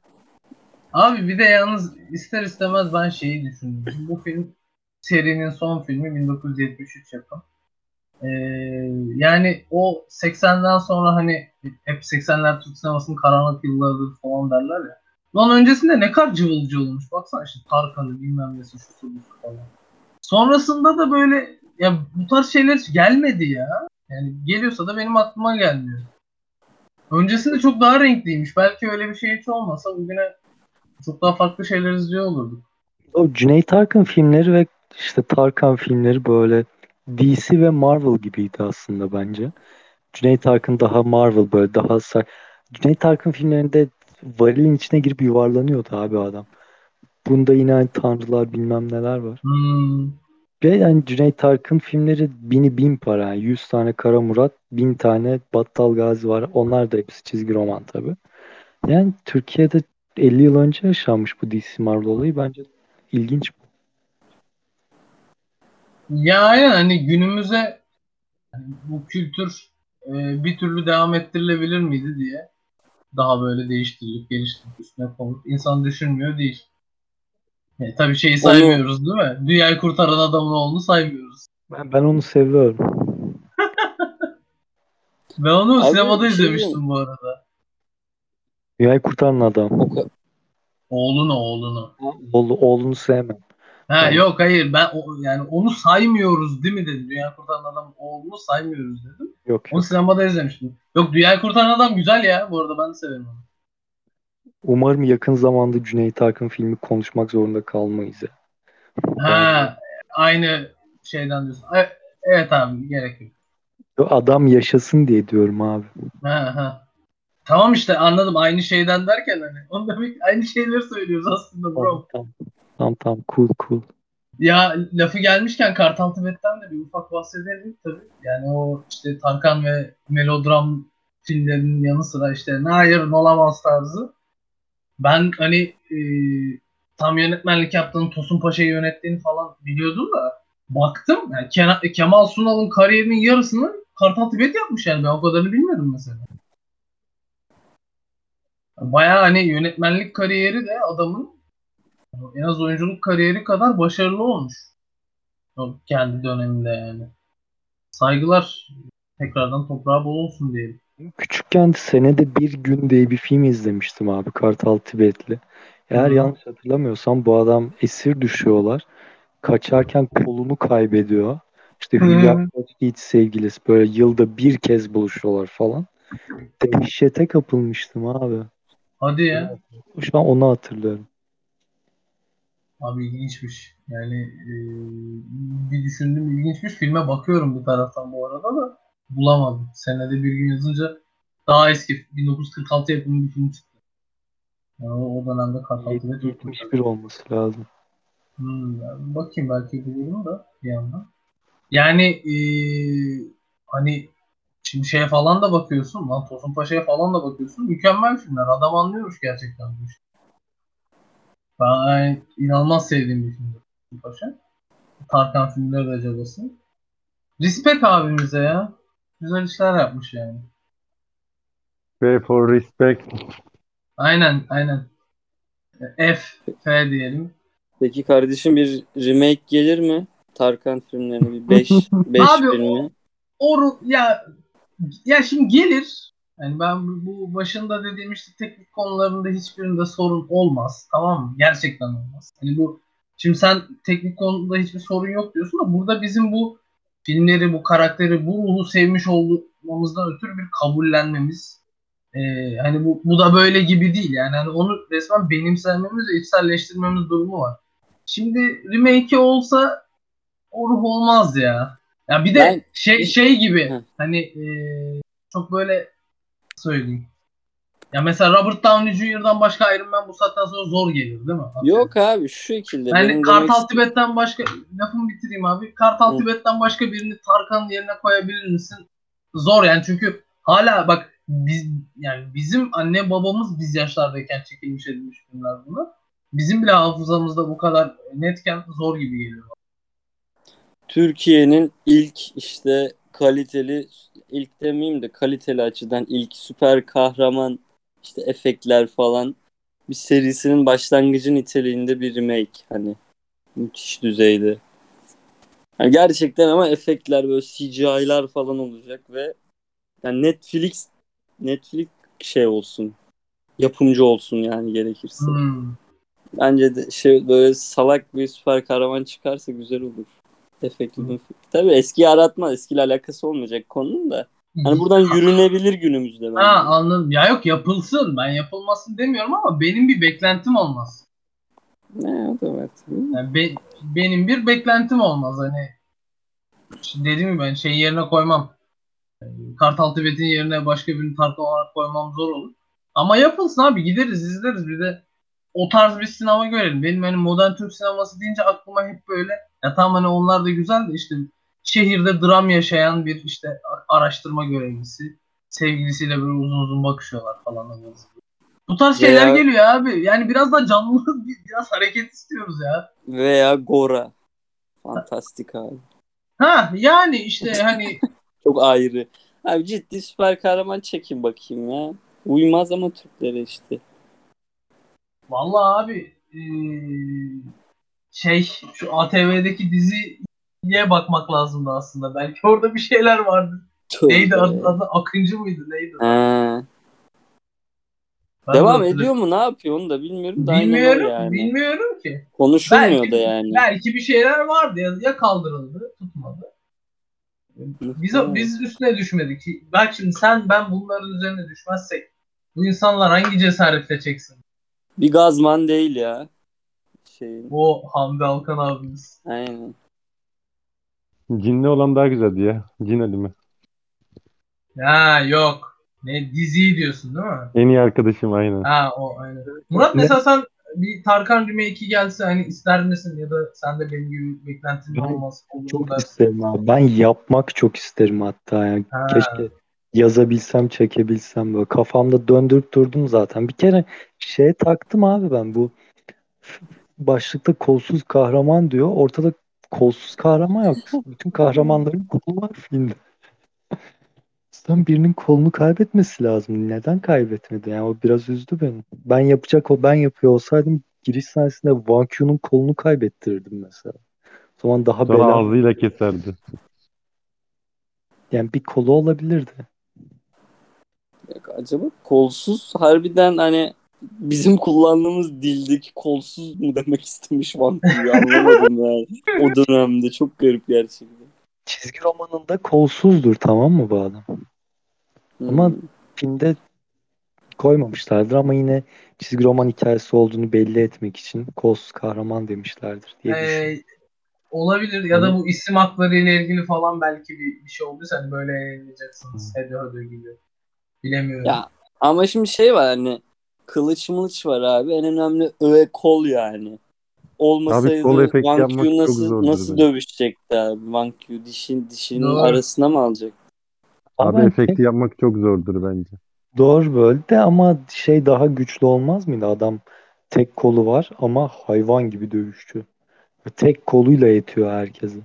Abi bir de yalnız ister istemez ben şeyi düşündüm. Şimdi bu film serinin son filmi bin dokuz yüz yetmiş üç yapımı. Ee, yani o seksenden sonra hani hep seksenler Türk sinemasının karanlık yıllarıdır falan derler ya. Lan öncesinde ne kadar cıvılcı olmuş. Baksana işte Tarkan'ı bilmem nesi şu su bu su falan. Sonrasında da böyle ya bu tarz şeyler hiç gelmedi ya. Yani geliyorsa da benim aklıma gelmiyor. Öncesinde çok daha renkliymiş. Belki öyle bir şey hiç olmasa bugüne çok daha farklı şeyler izliyor olurduk. O Cüneyt Arkın filmleri ve işte Tarkan filmleri böyle D C ve Marvel gibiydi aslında bence. Cüneyt Arkın daha Marvel, böyle daha sa- Cüneyt Arkın filmlerinde varilin içine girip yuvarlanıyordu abi adam. Bunda yine hani tanrılar bilmem neler var. Hmm. Ve yani Cüneyt Arkın filmleri bini bin para. Yani yüz tane Kara Murat, bin tane Battal Gazi var. Onlar da hepsi çizgi roman tabii. Yani Türkiye'de elli yıl önce yaşanmış bu D C Marvel olayı. Bence ilginç. Ya aynen hani günümüze bu kültür e, bir türlü devam ettirilebilir miydi diye daha böyle değiştirilip geliştirilip üstüne konup insan düşünmüyor değil. E, tabii şeyi Onu saymıyoruz değil mi? Dünyayı kurtaran adamın oğlunu saymıyoruz. Ben, ben onu seviyorum. Ben onu abi sinemada bir şey diyeyim. izlemiştim bu arada. Dünyayı kurtaran adam. O ka- Oğlunu oğlunu. Oğlu, oğlunu sevmem. Ha Yani yok hayır ben o, yani onu saymıyoruz değil mi dedim. Dünyayı kurtaran adam oğlunu saymıyoruz dedim. yok Onu yok. sinemada izlemiştim. Yok Dünyayı kurtaran adam güzel ya bu arada ben de severim onu. Umarım yakın zamanda Cüneyt Arkın filmi konuşmak zorunda kalmayız ya. Vallahi. Ha aynı şeyden diyorsun. E- Evet abi gerek yok. Adam yaşasın diye diyorum abi. Ha, ha. Tamam işte anladım aynı şeyden derken hani onu demek aynı şeyleri söylüyoruz aslında Tamam bro. tamam. Tamam tamam, cool cool. Ya lafı gelmişken Kartal Tibet'ten de bir ufak bahsedelim tabii. Yani o işte Tarkan ve melodram filmlerinin yanı sıra işte ne hayır olamaz tarzı. Ben hani e, tam yönetmenlik yaptığını Tosun Paşa'yı yönettiğini falan biliyordum da baktım yani Kenan- Kemal Sunal'ın kariyerinin yarısını Kartal Tibet yapmış yani ben o kadarını bilmiyordum mesela. Bayağı hani yönetmenlik kariyeri de adamın en az oyunculuk kariyeri kadar başarılı olmuş. O kendi döneminde yani. Saygılar tekrardan toprağı bol olsun diyelim. Küçükken senede bir gün diye bir film izlemiştim abi, Kartal Tibetli. Eğer Hı. yanlış hatırlamıyorsam bu adam esir düşüyorlar. Kaçarken kolunu kaybediyor. İşte Hülya Hı. Koçyiğit sevgilisi, böyle yılda bir kez buluşuyorlar falan. Dehşete kapılmıştım abi. Hadi Onu- ya. Şu an onu hatırlıyorum. Abi ilginçmiş. Yani e, bir düşündüm ilginçmiş. Filme bakıyorum bir taraftan bu arada da bulamadım. Senede bir gün yazınca daha eski bin dokuz yüz kırk altı yapımı bir film çıktı. Yani o, o dönemde Kartal Yet- Tibet yoktu tabii. yetmiş bir olması lazım. Hmm, yani bakayım belki bulurum da bir yandan. Yani e, hani şimdi şeye falan da bakıyorsun lan Tosun Paşa'ya falan da bakıyorsun. Mükemmel filmler. Adam anlıyormuş gerçekten bu işi. Ben yani inanılmaz sevdiğim bir filmdir Tosun Paşa. Tarkan filmleri de cabası. Respect abimize ya. Güzel işler yapmış yani. Pay for respect. Aynen aynen. F, F diyelim. peki kardeşim bir remake gelir mi? Tarkan filmlerini bir beş beş Abi o, filmi. o ya ya şimdi gelir. Yani ben bu bu başında dediğim işte teknik konularında hiçbirinde sorun olmaz. Tamam mı? Gerçekten olmaz. Hani bu şimdi sen teknik konuda hiçbir sorun yok diyorsun da burada bizim bu filmleri, bu karakteri, bu ruhu sevmiş olmamızdan ötürü bir kabullenmemiz. Ee, hani bu, bu da böyle gibi değil yani hani onu resmen benimsememiz ve içselleştirmemiz durumu var. Şimdi remake olsa o ruh olmaz ya. Ya bir de Ben şey bir şey gibi Heh. hani e, çok böyle söyleyeyim. Ya mesela Robert Downey Junior'dan başka Iron Man bu saatten sonra zor gelir değil mi? Atıyorum. Yok abi şu şekilde Yani benim demek Kartal istediğim. Tibet'ten başka lafımı bitireyim abi. Kartal Hı. Tibet'ten başka birini Tarkan'ın yerine koyabilir misin? Zor yani çünkü hala bak biz yani bizim anne babamız biz yaşlardayken çekilmiş edilmiş filmler bunlar. Bizim bile hafızamızda bu kadar netken zor gibi geliyor. Türkiye'nin ilk işte kaliteli, ilk demeyeyim de kaliteli açıdan ilk süper kahraman işte efektler falan bir serisinin başlangıcı niteliğinde bir remake, hani müthiş düzeyde. Yani gerçekten ama efektler böyle C G I'lar falan olacak ve yani Netflix Netflix şey olsun. yapımcı olsun yani gerekirse. Hmm. Bence de şey böyle salak bir süper kahraman çıkarsa güzel olur. Efektli. Tabii eskiyi aratma. Eskiyle alakası olmayacak konunun da. Hani buradan yürünebilir günümüzde Ha, bence. anladım. Ya yok, yapılsın. Ben yapılmasın demiyorum ama benim bir beklentim olmaz. Ne o da evet. Yani be- benim bir beklentim olmaz. Hani dediğim gibi ben şey yerine koymam. Kartal Tibet'in yerine başka birini Tarkan olarak koymam zor olur. Ama yapılsın abi, gideriz izleriz, bir de o tarz bir sinema görelim. Benim hani modern Türk sineması deyince aklıma hep böyle, ya tamam hani onlar da güzel de işte şehirde dram yaşayan bir işte araştırma görevlisi sevgilisiyle böyle uzun uzun bakışıyorlar falan. Bu tarz şeyler Veya geliyor abi. Yani biraz da canlı, biraz hareket istiyoruz ya. veya Gora. Fantastik abi. Ha yani işte hani Çok ayrı. Abi ciddi süper kahraman çekin bakayım ya. Uymaz ama Türklere işte. vallahi abi eee, şey şu A T V'deki diziye bakmak lazımdı aslında. Belki orada bir şeyler vardı. Neydi adı, Tövbe. adı Akıncı mıydı neydi? Ha. Ben de Devam ediyor hatırlıyorum. mu ne yapıyor onu da bilmiyorum da aynen o Bilmiyorum, yani. bilmiyorum ki. Konuşulmuyor da Belki yani. belki bir şeyler vardı ya, ya kaldırıldı, tutmadı. Biz Muhtemelen. biz üstüne düşmedik. Bak şimdi sen ben bunların üzerine düşmezsek bu insanlar hangi cesaretle çeksin? Bir gazman değil ya. Şeyin. O Hamdi Alkan abimiz. Aynen. Cinli olan daha güzeldi ya. Cin mi? Ya yok. Ne diziyi diyorsun değil mi? En iyi arkadaşım aynen. Ha o aynen. Murat Ne? mesela sen bir Tarkan remake'i gelse hani ister misin, ya da sen de benim gibi beklentinin Ben olmaz olur mu çok dersin? isterim abi. Ben yapmak çok isterim hatta. Yani Ha. keşke yazabilsem, çekebilsem böyle. Kafamda döndürüp durdum zaten. Bir kere şeye taktım abi ben bu başlıkta kolsuz kahraman diyor. Ortada kolsuz kahraman yok. Bütün kahramanların kolu var filmde. Aslında birinin kolunu kaybetmesi lazım. Neden kaybetmedi? Yani o biraz üzdü beni. Ben yapacak o ben yapıyor olsaydım giriş sahnesinde Van Q'nun kolunu kaybettirirdim mesela. O zaman daha Sonra bela. ağzıyla keserdi. Yani bir kolu olabilirdi. Yok, acaba kolsuz harbiden hani bizim kullandığımız dildeki kolsuz mu demek istemiş Van Gogh anlamadım yani. O dönemde çok garip gerçekten. Çizgi romanında kolsuzdur, tamam mı bu adam? Ama Hmm. filmde koymamışlardır ama yine çizgi roman hikayesi olduğunu belli etmek için kolsuz kahraman demişlerdir diye Ee, düşünüyorum. olabilir, ya da Onu bu isim hakları ile ilgili falan belki bir, bir şey olduysa hani böyle yayınlayacaksınız. Hadi hadi gibi. Bilemiyorum. Ya ama şimdi şey var hani kılıç mılıç var abi en önemli öve kol yani. abi kol Olmasaydı efekti Van yapmak Q çok nasıl zordur nasıl bence. dövüşecekti abi? Van Q dişin dişinin Doğru. arasına mı alacak? Ama Abi ben tek efekti yapmak çok zordur bence. doğru böyle de ama şey daha güçlü olmaz mıydı? Adam tek kolu var ama hayvan gibi dövüşçü. Tek koluyla yetiyor herkese.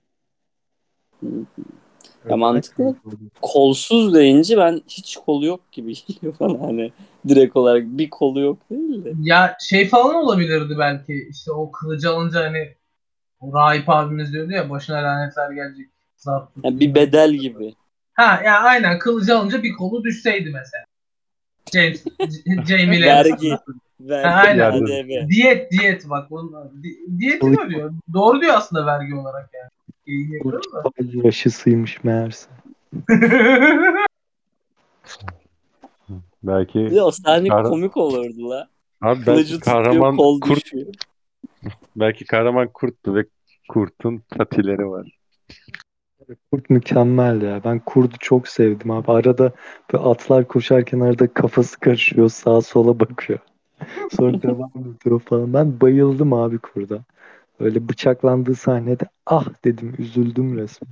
Hı. Ya Öyle mantıklı. Kolsuz deyince ben hiç kolu yok gibi geliyor bana hani direkt olarak bir kolu yok değil de. Ya şey falan olabilirdi belki, işte o kılıcı alınca hani o rahip abimiz diyordu ya, başına lanetler gelecek. Zartut Yani bir bilmem. bedel gibi. Ha ya aynen, kılıcı alınca bir kolu düşseydi mesela. James, J- Jamie Vergi. Lannister. Ha, Vergi. aynen o Yani K D V. diyet diyet bak onun di- diyetini Kılıç, ödüyor. Doğru diyor aslında vergi olarak yani. İyi kılıç yapıyorum da. aşısıymış meğerse. Bir de belki o sahne kar komik olurdu la. abi belki Kılıcı tutuyor kahraman kol kurt düşüyor. belki kahraman kurttu ve kurtun patileri var. Kurt mükemmel ya. Ben kurdu çok sevdim abi. Arada böyle atlar koşarken arada kafası karışıyor. Sağa sola bakıyor. Sonra devam ediyor falan. Ben bayıldım abi kurda. Öyle bıçaklandığı sahnede ah dedim. Üzüldüm resmen.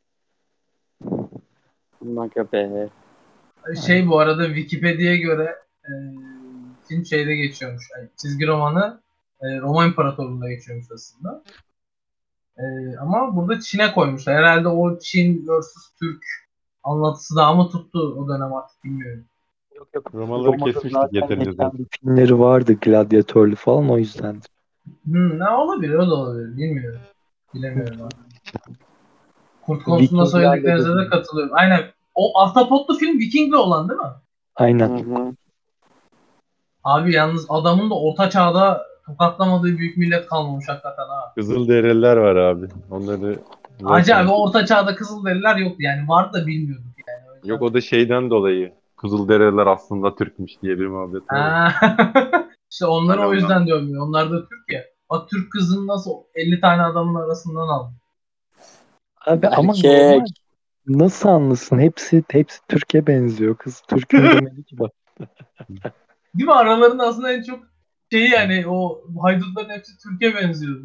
Maga be. Şey, Aynen. bu arada Wikipedia'ya göre e, film şeyde geçiyormuş. Yani çizgi romanı e, Roma İmparatorluğu'nda geçiyormuş aslında. E, ama burada Çin'e koymuşlar. Herhalde o Çin versus Türk anlatısı daha mı tuttu o dönem, artık bilmiyorum. Yok yok. Romaları Roma'da kesmiştik zaten yeterince geçen zaten. bir filmleri vardı. Gladyatörlü falan o yüzden. Hmm, ne olabilir, o da olabilir. Bilmiyorum. Bilemiyorum abi. Kurt konusunda Vikinglerle de söylediklerinize de katılıyorum. Aynen. O ahtapotlu film Viking'le olan değil mi? Hı aynen. hı. Abi yalnız adamın da orta çağda tokatlamadığı büyük millet kalmamış hakikaten ha. Kızılderililer var abi. Onları Hacı abi zaten... orta çağda Kızılderililer yoktu yani. Vardı da bilmiyorduk yani. O Yok, yüzden. o da şeyden dolayı. Kızılderililer aslında Türkmüş diye bir muhabbet var ya. Ha. İşte onları Hani o ondan. yüzden dövmüyor. Onlar da Türk ya. Bak Türk kızını nasıl elli tane adamın arasından aldı. Abi ama Erkek. normal. Nasıl anlasın? Hepsi hepsi Türkiye benziyor. Kız Türk'üm demedi ki bak. Değil mi? Aralarında aslında en çok şeyi yani o haydutların hepsi Türkiye benziyordu.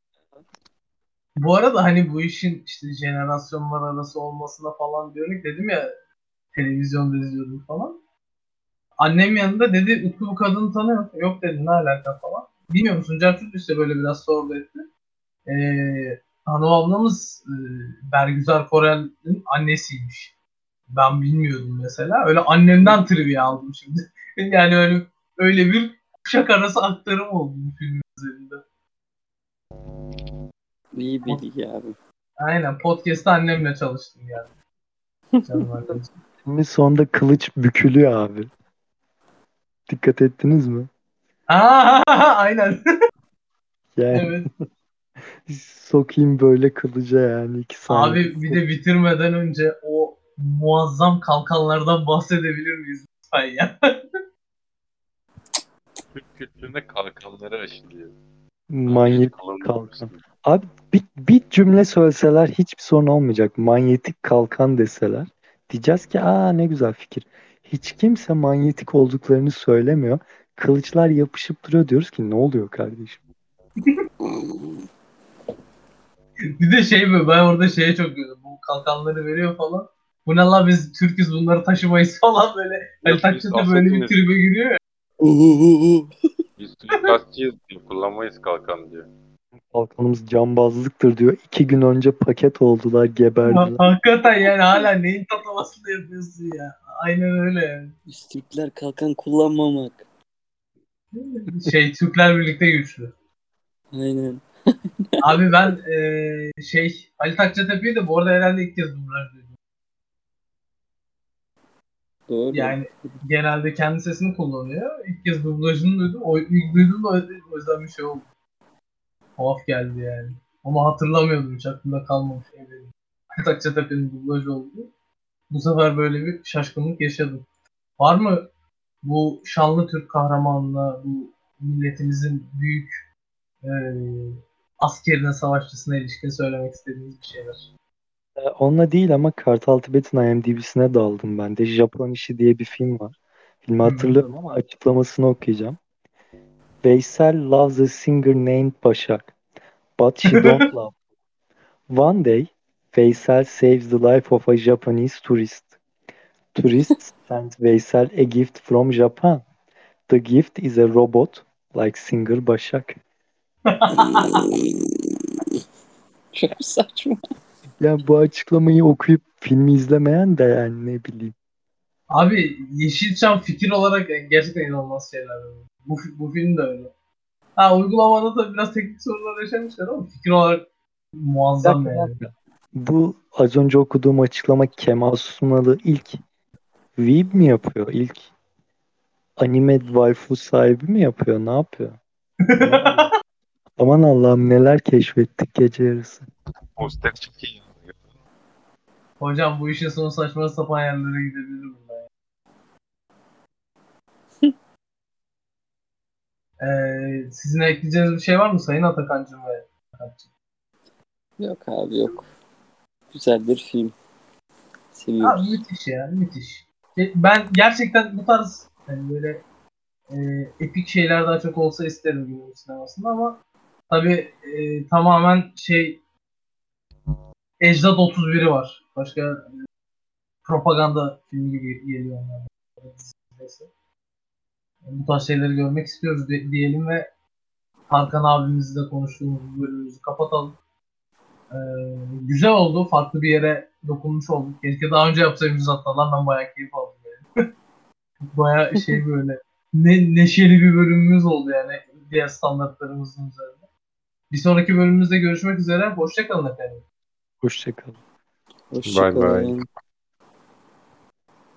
Bu arada hani bu işin işte jenerasyonlar arası olmasına falan diyorum dedim ya televizyonda izliyordum falan. Annem yanında dedi Utku bu kadını tanıyor musun? Yok dedi ne alaka falan. Bilmiyor musun? Cartürk işte böyle biraz sordu etti. Ee, hanım ablamız e, Bergüzar Korel'in annesiymiş. Ben bilmiyordum mesela. Öyle annemden trivia aldım şimdi. Yani öyle öyle bir kuşak arası aktarım oldu bu film üzerinde. İyi bilgi abi. Aynen podcast'ta annemle çalıştım yani. Canım arkadaşım. Filmin sonunda kılıç bükülüyor abi. Dikkat ettiniz mi? Aa, aynen. Yani Evet. sokayım böyle kılıca yani iki saniyede. Abi bir de bitirmeden önce o muazzam kalkanlardan bahsedebilir miyiz lütfen ya? Türk kültüründe kalkanları aşılıyor. Herkes Manyetik kullanılmış kalkan. gibi. Abi bir, bir cümle söyleseler hiçbir sorun olmayacak. Manyetik kalkan deseler. Diyeceğiz ki aa ne güzel fikir. Hiç kimse manyetik olduklarını söylemiyor. Kılıçlar yapışıp duruyor diyoruz ki ne oluyor kardeşim? Bir de şey mi ben orada şeye çok gülüyorum. Bu kalkanları veriyor falan. Bu ne la biz Türk'üz bunları taşımayız falan böyle. Ali Yok, biz Takçı'da böyle bir Asetiniz. tribe giriyor ya. Biz suikastçıyız diyor. Kullanmayız kalkan diyor. Kalkanımız cambazlıktır diyor. İki gün önce paket oldular, Ha- geberdiler. Hakikaten yani hala neyin tatavasını yapıyorsun ya. Aynen öyle yani. Biz Türkler kalkan kullanmamak. Şey Türkler birlikte güçlü. Aynen. Abi ben eee, şey Ali Takçatepe'yi de bu arada herhalde ilk kez dublaj duydum. Doğru. Yani genelde kendi sesini kullanıyor. İlk kez dublajını duydum. O ilk duydum da o yüzden bir şey oldu. Tuhaf geldi yani. Ama hatırlamıyordum hiç aklımda kalmamış. Evet. Ali Takçatepe'nin dublajı oldu. Bu sefer böyle bir şaşkınlık yaşadım. Var mı bu şanlı Türk kahramanına, bu milletimizin büyük eee askerine, savaşçısına ilişkin söylemek istediğiniz bir şeyler? Ee, Onunla değil ama Kartal Tibet'in IMDb'sine daldım ben de. Japon İşi diye bir film var. Filmi Hı hı. hatırlıyorum ama açıklamasını okuyacağım. Veysel loves a singer named Başak, but she don't love. One day, Veysel saves the life of a Japanese tourist. Tourists send Veysel a gift from Japan. The gift is a robot like singer Başak. Çok saçma. Yani bu açıklamayı okuyup filmi izlemeyen de yani ne bileyim. Abi Yeşilçam fikir olarak gerçekten inanılmaz şeyler. Bu, bu film de öyle. Ha uygulamada da biraz teknik sorunlar yaşamışlar ama fikir olarak Bir muazzam dakika, bir yani. dakika. Bu az önce okuduğum açıklama Kemal Sunal'ı ilk Weeb mi yapıyor? İlk anime waifu sahibi mi yapıyor? Ne yapıyor? Aman Allah'ım. Aman Allah'ım neler keşfettik gece yarısı. Poster çok iyi. Hocam bu işin sonu saçma sapan yerlere gidebilir bunlar. Ee, sizin ekleyeceğiniz bir şey var mı Sayın Atakan'cığım ve Atakan'cığım? Yok abi yok. Güzel bir film. Abi Seviyoruz. müthiş ya müthiş. E, Ben gerçekten bu tarz yani böyle e, epik şeyler daha çok olsa isterim günümüz sinemasında ama tabii e, tamamen şey Ecdat otuz biri var. Başka e, propaganda filmi gibi geliyor onlardan. Neyse. Bu tarz şeyleri görmek istiyoruz de- diyelim ve Tarkan abimizle konuştuğumuz bu bölümümüzü kapatalım. Ee, güzel oldu. Farklı bir yere dokunmuş olduk. Keşke daha önce yapsaymışız hatta lan ben bayağı keyif aldım yani. Bayağı şey böyle ne, neşeli bir bölümümüz oldu yani diğer standartlarımızın üzerinde. Bir sonraki bölümümüzde görüşmek üzere. Hoşça kalın efendim. Hoşça kalın. Bye bye. Hoşçakalın.